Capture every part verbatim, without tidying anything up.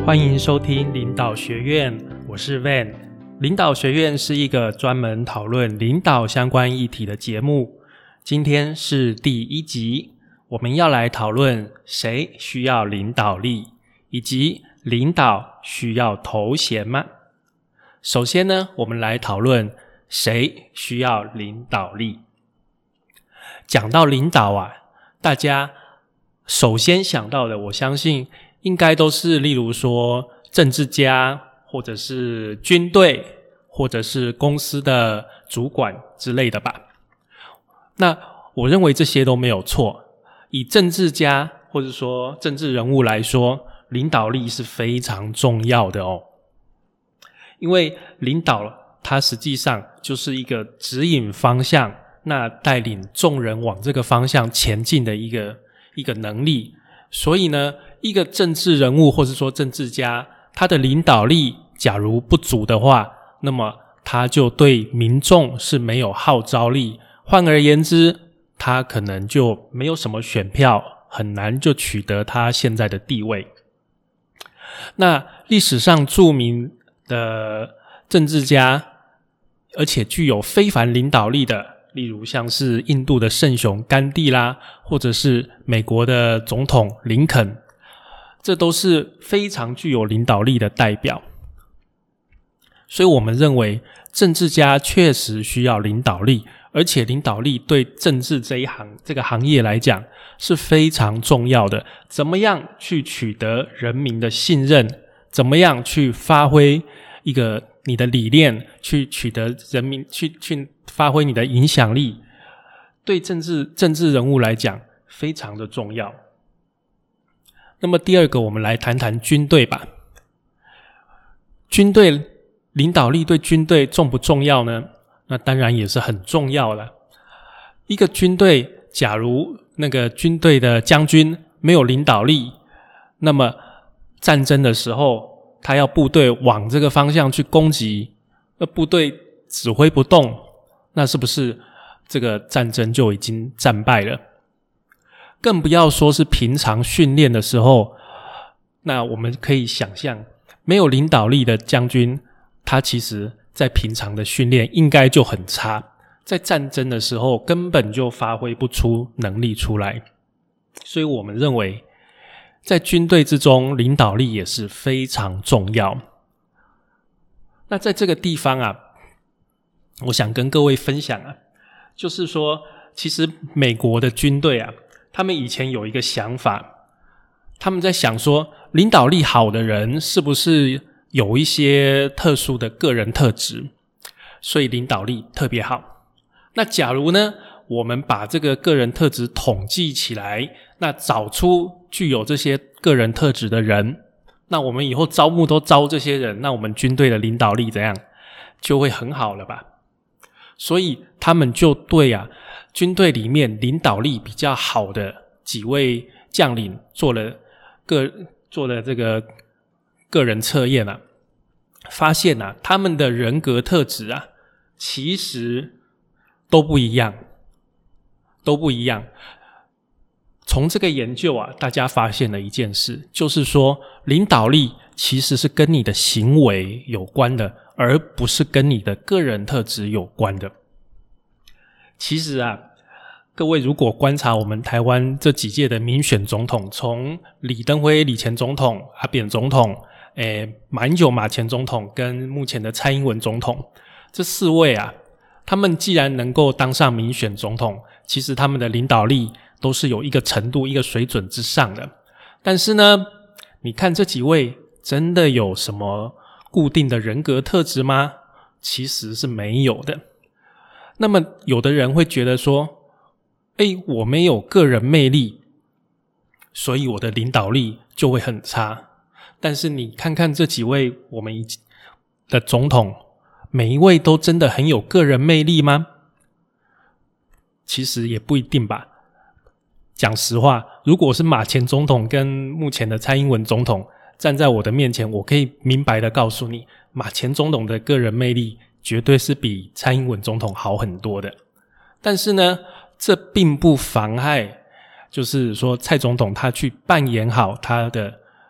欢迎收听领导学院，我是 Van。 领导学院是一个专门讨论领导相关议题的节目，今天是第一集，我们要来讨论谁需要领导力，以及领导需要头衔吗？首先呢，我们来讨论谁需要领导力。讲到领导啊，大家首先想到的，我相信应该都是例如说政治家，或者是军队，或者是公司的主管之类的吧。那我认为这些都没有错。以政治家或者说政治人物来说，领导力是非常重要的哦。因为领导它实际上就是一个指引方向，那带领众人往这个方向前进的一个一个能力。所以呢，一个政治人物或是说政治家，他的领导力假如不足的话，那么他就对民众是没有号召力，换而言之，他可能就没有什么选票，很难就取得他现在的地位。那历史上著名的政治家，而且具有非凡领导力的，例如像是印度的圣雄甘地啦，或者是美国的总统林肯，这都是非常具有领导力的代表。所以我们认为政治家确实需要领导力，而且领导力对政治这一行这个行业来讲是非常重要的。怎么样去取得人民的信任，怎么样去发挥一个你的理念，去取得人民去去发挥你的影响力，对政治政治人物来讲非常的重要。那么第二个，我们来谈谈军队吧。军队领导力对军队重不重要呢？那当然也是很重要的。一个军队假如那个军队的将军没有领导力，那么战争的时候他要部队往这个方向去攻击，那部队指挥不动，那是不是这个战争就已经战败了？更不要说是平常训练的时候，那我们可以想象，没有领导力的将军，他其实在平常的训练应该就很差，在战争的时候根本就发挥不出能力出来。所以我们认为在军队之中，领导力也是非常重要。那在这个地方啊，我想跟各位分享啊，就是说其实美国的军队啊，他们以前有一个想法，他们在想说领导力好的人是不是有一些特殊的个人特质，所以领导力特别好。那假如呢，我们把这个个人特质统计起来，那找出具有这些个人特质的人，那我们以后招募都招这些人，那我们军队的领导力怎样？就会很好了吧。所以他们就对啊，军队里面领导力比较好的几位将领做了个做了这个个人测验啊，发现啊，他们的人格特质啊，其实都不一样，都不一样。从这个研究啊，大家发现了一件事，就是说领导力其实是跟你的行为有关的，而不是跟你的个人特质有关的。其实啊，各位如果观察我们台湾这几届的民选总统，从李登辉李前总统、阿扁总统、诶马英九马前总统跟目前的蔡英文总统，这四位啊，他们既然能够当上民选总统，其实他们的领导力都是有一个程度一个水准之上的。但是呢，你看这几位真的有什么固定的人格特质吗？其实是没有的。那么有的人会觉得说，诶，我没有个人魅力，所以我的领导力就会很差。但是你看看这几位我们的总统，每一位都真的很有个人魅力吗？其实也不一定吧。讲实话，如果是马前总统跟目前的蔡英文总统站在我的面前，我可以明白的告诉你，马前总统的个人魅力绝对是比蔡英文总统好很多的。但是呢，这并不妨碍，就是说蔡总统他去扮演好他的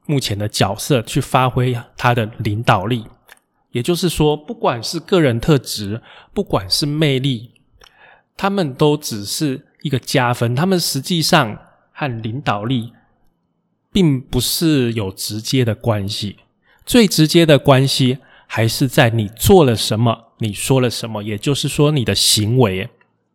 目前的角色去发挥他的领导力。也就是说，不管是个人特质，不管是魅力，他们都只是一个加分，他们实际上和领导力并不是有直接的关系，最直接的关系还是在你做了什么，你说了什么，也就是说你的行为。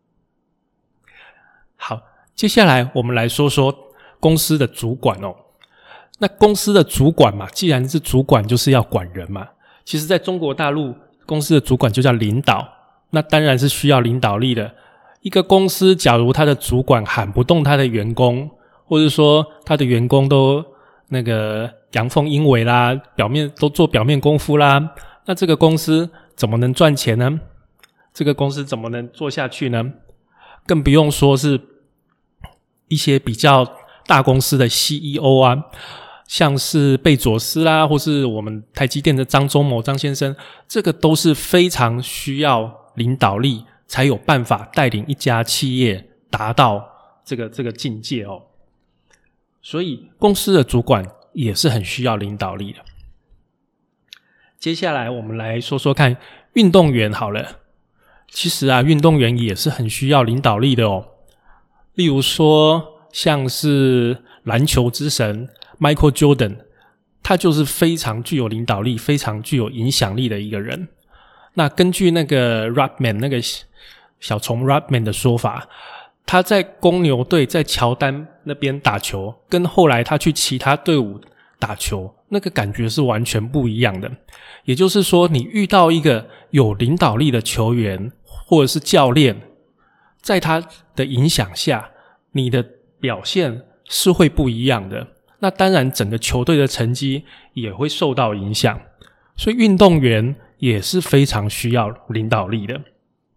好，接下来我们来说说公司的主管哦。那公司的主管嘛，既然是主管，就是要管人嘛。其实在中国大陆，公司的主管就叫领导，那当然是需要领导力的。一个公司假如他的主管喊不动他的员工，或者说他的员工都那个阳奉阴违啦，表面都做表面功夫啦，那这个公司怎么能赚钱呢？这个公司怎么能做下去呢？更不用说是一些比较大公司的 C E O 啊，像是贝佐斯啦，或是我们台积电的张忠谋张先生，这个都是非常需要领导力才有办法带领一家企业达到这个这个境界哦。所以公司的主管也是很需要领导力的。接下来我们来说说看运动员好了。其实啊，运动员也是很需要领导力的哦。例如说像是篮球之神Michael Jordan， 他就是非常具有领导力，非常具有影响力的一个人。那根据那个 Rodman 那个小虫 Rodman 的说法，他在公牛队在乔丹那边打球，跟后来他去其他队伍打球，那个感觉是完全不一样的。也就是说，你遇到一个有领导力的球员或者是教练，在他的影响下，你的表现是会不一样的。那当然整个球队的成绩也会受到影响，所以运动员也是非常需要领导力的。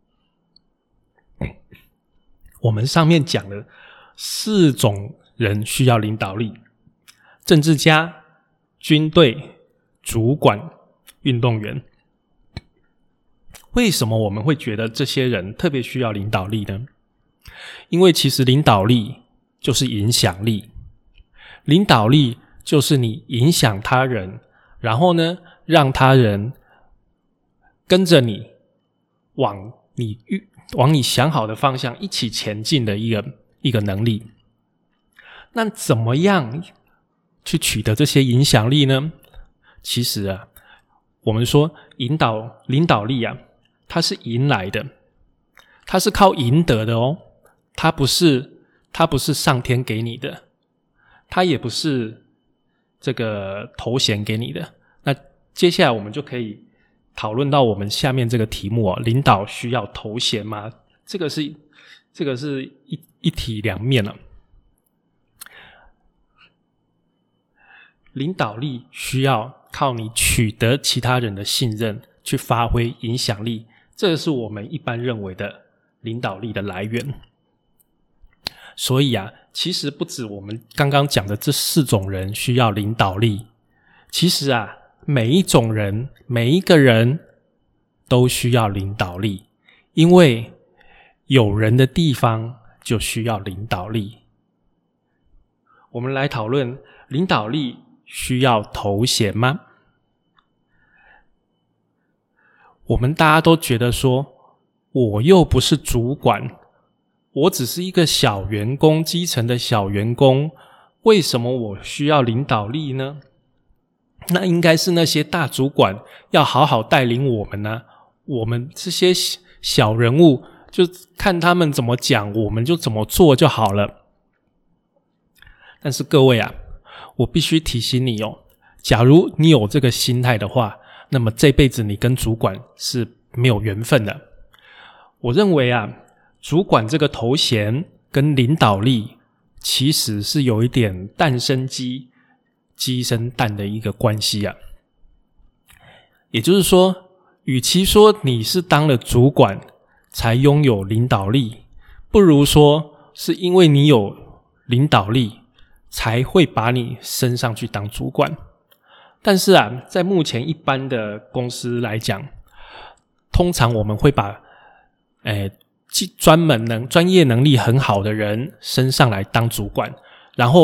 我们上面讲了四种人需要领导力：政治家、军队、主管、运动员。为什么我们会觉得这些人特别需要领导力呢？因为其实领导力就是影响力。领导力就是你影响他人，然后呢，让他人跟着你往你往你想好的方向一起前进的一个一个能力。那怎么样去取得这些影响力呢？其实啊，我们说引导领导力啊，它是赢来的，它是靠赢得的哦，它不是它不是上天给你的。它也不是这个头衔给你的。那接下来我们就可以讨论到我们下面这个题目哦，领导需要头衔吗？这个是这个是一一体两面了。领导力需要靠你取得其他人的信任，去发挥影响力，这是我们一般认为的领导力的来源。所以啊，其实不止我们刚刚讲的这四种人需要领导力，其实啊，每一种人，每一个人都需要领导力，因为有人的地方就需要领导力。我们来讨论领导力需要头衔吗？我们大家都觉得说，我又不是主管，我只是一个小员工，基层的小员工，为什么我需要领导力呢？那应该是那些大主管要好好带领我们啊，我们这些小人物就看他们怎么讲，我们就怎么做就好了。但是各位啊，我必须提醒你哦，假如你有这个心态的话，那么这辈子你跟主管是没有缘分的。我认为啊，主管这个头衔跟领导力其实是有一点蛋生鸡，鸡生蛋的一个关系啊。也就是说，与其说你是当了主管才拥有领导力，不如说是因为你有领导力才会把你升上去当主管。但是啊，在目前一般的公司来讲，通常我们会把诶专门能专业能力很好的人升上来当主管，然后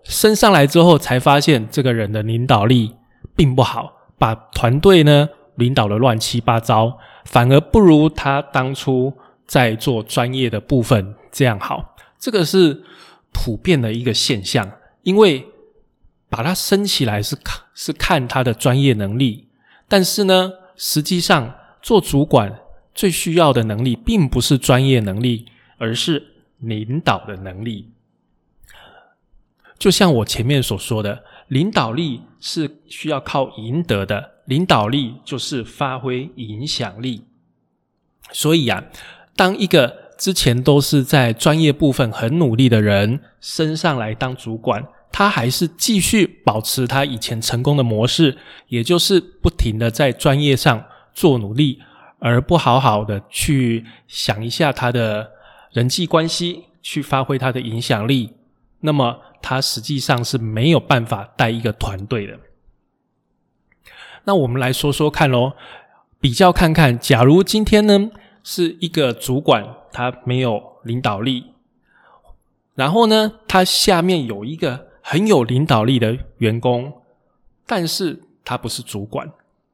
升上来之后才发现这个人的领导力并不好，把团队呢领导得乱七八糟，反而不如他当初在做专业的部分这样好。这个是普遍的一个现象，因为把他升起来是看是看他的专业能力，但是呢实际上做主管最需要的能力并不是专业能力，而是领导的能力。就像我前面所说的，领导力是需要靠赢得的，领导力就是发挥影响力。所以啊，当一个之前都是在专业部分很努力的人升上来当主管，他还是继续保持他以前成功的模式，也就是不停的在专业上做努力，而不好好的去想一下他的人际关系，去发挥他的影响力，那么他实际上是没有办法带一个团队的。那我们来说说看咯，比较看看，假如今天呢是一个主管，他没有领导力，然后呢他下面有一个很有领导力的员工，但是他不是主管，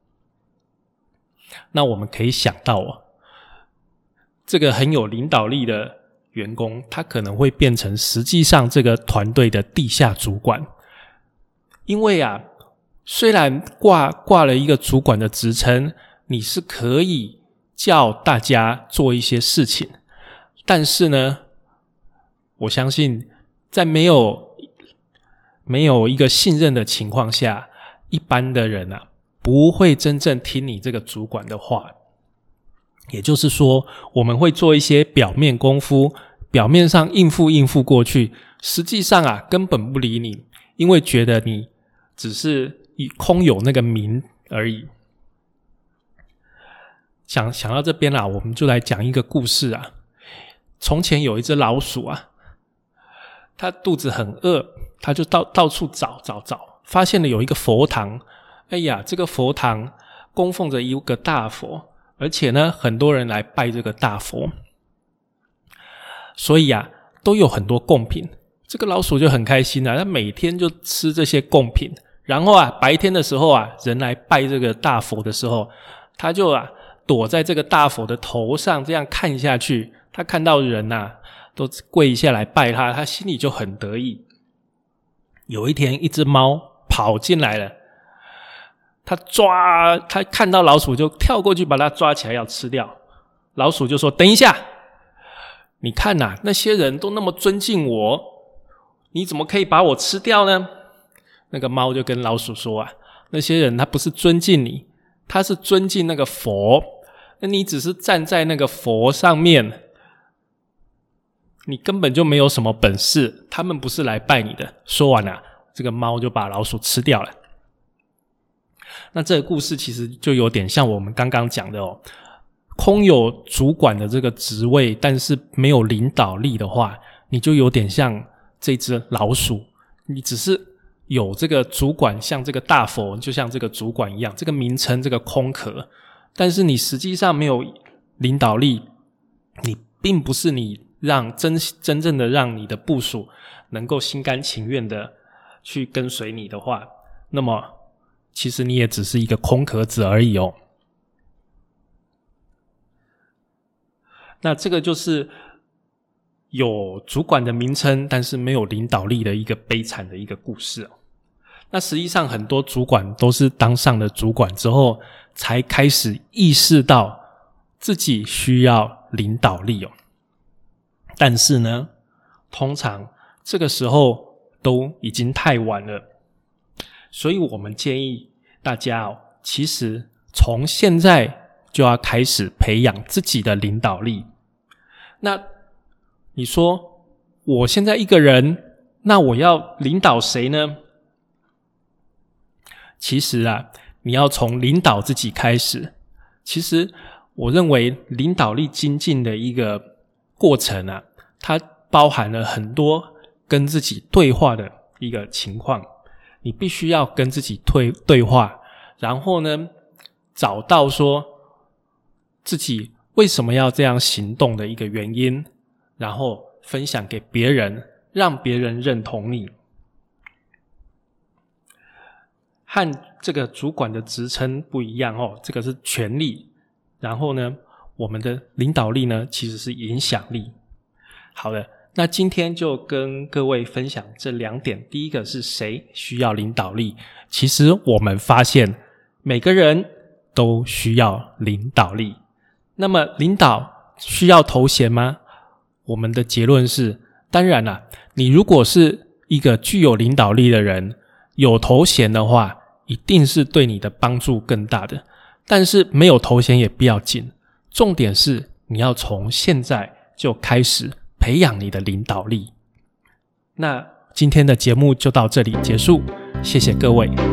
那我们可以想到哦，这个很有领导力的员工，他可能会变成实际上这个团队的地下主管。因为啊，虽然挂挂了一个主管的职称，你是可以叫大家做一些事情，但是呢，我相信在没有没有一个信任的情况下，一般的人啊不会真正听你这个主管的话。也就是说，我们会做一些表面功夫，表面上应付应付过去，实际上啊根本不理你，因为觉得你只是空有那个名而已。想想到这边啊，我们就来讲一个故事啊。从前有一只老鼠啊，它肚子很饿，它就到到处找找找，发现了有一个佛堂。哎呀，这个佛堂供奉着一个大佛，而且呢很多人来拜这个大佛，所以啊都有很多贡品。这个老鼠就很开心啊，它每天就吃这些贡品，然后啊白天的时候啊人来拜这个大佛的时候，它就啊躲在这个大佛的头上这样看下去，它看到人啊都跪下来拜它，它心里就很得意。有一天一只猫跑进来了，他抓他看到老鼠就跳过去把它抓起来要吃掉。老鼠就说，等一下，你看啊，那些人都那么尊敬我，你怎么可以把我吃掉呢？那个猫就跟老鼠说啊，那些人他不是尊敬你，他是尊敬那个佛，那你只是站在那个佛上面，你根本就没有什么本事，他们不是来拜你的。说完啊，这个猫就把老鼠吃掉了。那这个故事其实就有点像我们刚刚讲的哦，空有主管的这个职位，但是没有领导力的话，你就有点像这只老鼠，你只是有这个主管，像这个大佛，就像这个主管一样，这个名称，这个空壳，但是你实际上没有领导力，你并不是你让真真正的让你的部属能够心甘情愿的去跟随你的话，那么其实你也只是一个空壳子而已哦。那这个就是有主管的名称，但是没有领导力的一个悲惨的一个故事哦。那实际上很多主管都是当上了主管之后，才开始意识到自己需要领导力哦。但是呢，通常这个时候都已经太晚了。所以我们建议大家哦，其实从现在就要开始培养自己的领导力。那你说我现在一个人，那我要领导谁呢？其实啊，你要从领导自己开始。其实我认为领导力精进的一个过程啊，它包含了很多跟自己对话的一个情况。你必须要跟自己对对话，然后呢找到说自己为什么要这样行动的一个原因，然后分享给别人，让别人认同你。 和这个主管的职称不一样哦，这个是权力，然后呢我们的领导力呢其实是影响力。好的，那今天就跟各位分享这两点。第一个是谁需要领导力，其实我们发现每个人都需要领导力。那么领导需要头衔吗？我们的结论是当然啦，你如果是一个具有领导力的人，有头衔的话一定是对你的帮助更大的，但是没有头衔也不要紧，重点是你要从现在就开始培养你的领导力。那今天的节目就到这里结束，谢谢各位。